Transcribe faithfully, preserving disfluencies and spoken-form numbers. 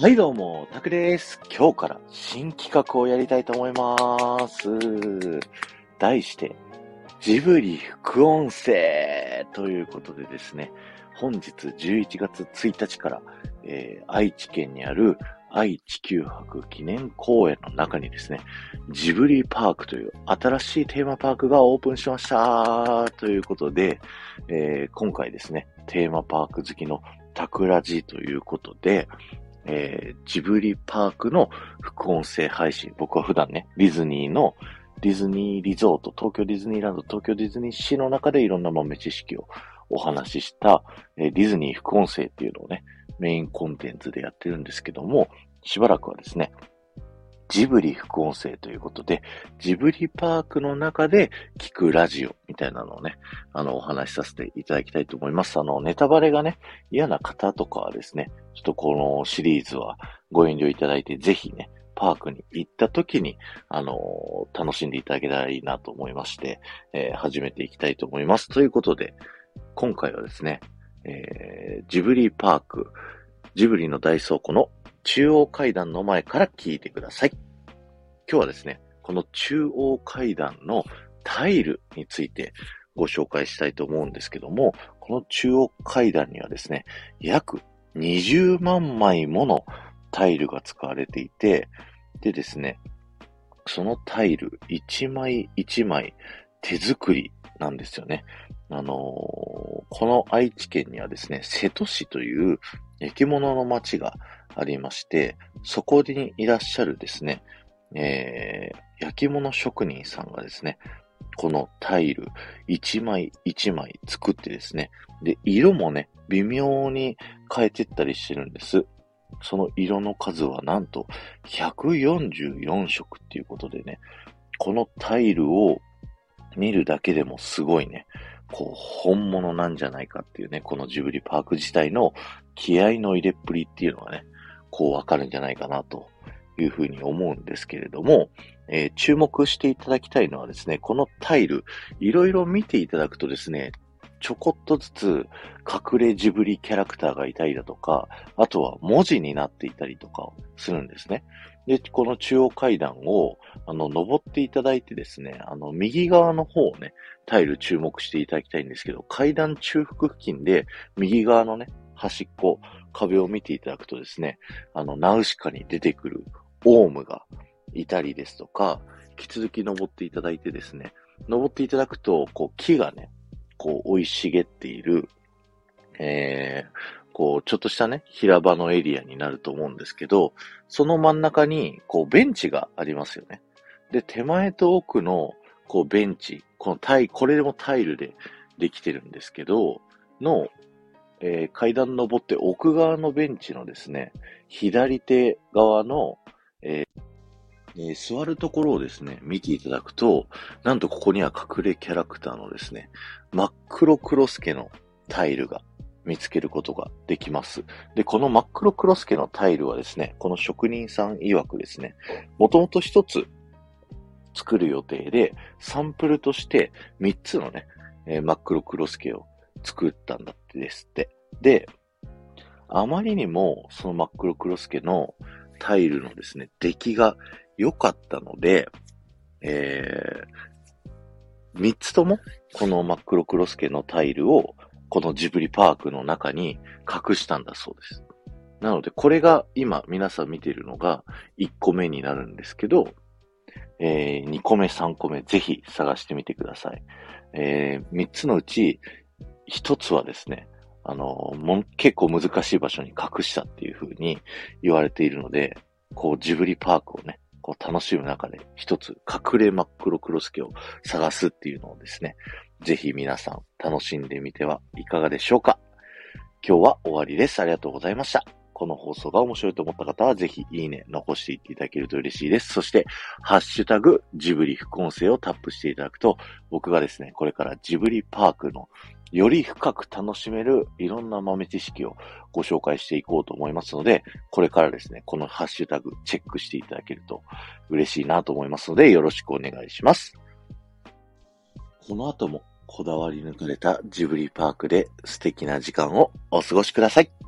はいどうも、タクです。今日から新企画をやりたいと思います。題して、ジブリ副音声ということでですね、本日じゅういちがつついたちから、えー、愛知県にある愛・地球博記念公園の中にですね、ジブリパークという新しいテーマパークがオープンしましたということで、えー、今回ですね、テーマパーク好きのタクラジということで、えー、ジブリパークの副音声配信。僕は普段ね、ディズニーの、ディズニーリゾート、東京ディズニーランド、東京ディズニーシーの中でいろんな豆知識をお話しした、えー、ディズニー副音声っていうのをね、メインコンテンツでやってるんですけども、しばらくはですね、ジブリ副音声ということで、ジブリパークの中で聞くラジオみたいなのをね、あの、お話しさせていただきたいと思います。あの、ネタバレがね、嫌な方とかはですね、ちょっとこのシリーズはご遠慮いただいて、ぜひね、パークに行った時に、あのー、楽しんでいただけたらいいなと思いまして、えー、始めていきたいと思います。ということで、今回はですね、えー、ジブリパーク、ジブリの大倉庫の中央階段の前から聞いてください。今日はですね、この中央階段のタイルについてご紹介したいと思うんですけども、この中央階段にはですね、約にじゅうまんまいものタイルが使われていて、でですね、そのタイルいちまいいちまい手作りなんですよね。あのー、この愛知県にはですね、瀬戸市という焼き物の町がありまして、そこにいらっしゃるですね、えー、焼き物職人さんがですね、このタイル一枚一枚作ってですね、で、色もね、微妙に変えてったりしてるんです。その色の数はなんとひゃくよんじゅうよんしょくっていうことでね、このタイルを見るだけでもすごいね、こう、本物なんじゃないかっていうね、このジブリパーク自体の気合の入れっぷりっていうのがね、こうわかるんじゃないかなというふうに思うんですけれども、えー、注目していただきたいのはですね、このタイル、いろいろ見ていただくとですね、ちょこっとずつ隠れジブリキャラクターがいたりだとか、あとは文字になっていたりとかするんですね。で、この中央階段を、あの、登っていただいてですね、あの、右側の方をね、タイル注目していただきたいんですけど、階段中腹付近で、右側のね、端っこ、壁を見ていただくとですね、あの、ナウシカに出てくるオウムがいたりですとか、引き続き登っていただいてですね、登っていただくと、こう、木がね、こう、生い茂っている、えー、こう、ちょっとしたね、平場のエリアになると思うんですけど、その真ん中に、こう、ベンチがありますよね。で、手前と奥の、こう、ベンチ、このタイ、これでもタイルでできてるんですけど、の、えー、階段登って奥側のベンチのですね、左手側の、えーえー座るところをですね、見ていただくと、なんとここには隠れキャラクターのですね、真っ黒クロスケのタイルが見つけることができます。で、この真っ黒クロスケのタイルはですね、この職人さん曰くですね、もともと一つ作る予定で、サンプルとして三つのね、えー真っ黒クロスケを作ったんだってですって。で、あまりにもその真っ黒クロスケのタイルのですね、出来が良かったので、えー、三つともこの真っ黒クロスケのタイルをこのジブリパークの中に隠したんだそうです。なので、これが今皆さん見ているのがいっこめになるんですけど、えー、にこめ、さんこめぜひ探してみてください。えー、みっつのうちひとつはですね、あの、も結構難しい場所に隠したっていう風に言われているので、こうジブリパークをね、こう楽しむ中で一つ隠れ真っ黒クロスケを探すっていうのをですね、ぜひ皆さん楽しんでみてはいかがでしょうか。今日は終わりです。ありがとうございました。この放送が面白いと思った方はぜひいいね、残していっていただけると嬉しいです。そして、ハッシュタグジブリ副音声をタップしていただくと、僕がですね、これからジブリパークのより深く楽しめるいろんな豆知識をご紹介していこうと思いますので、これからですね、このハッシュタグチェックしていただけると嬉しいなと思いますので、よろしくお願いします。この後もこだわり抜かれたジブリパークで素敵な時間をお過ごしください。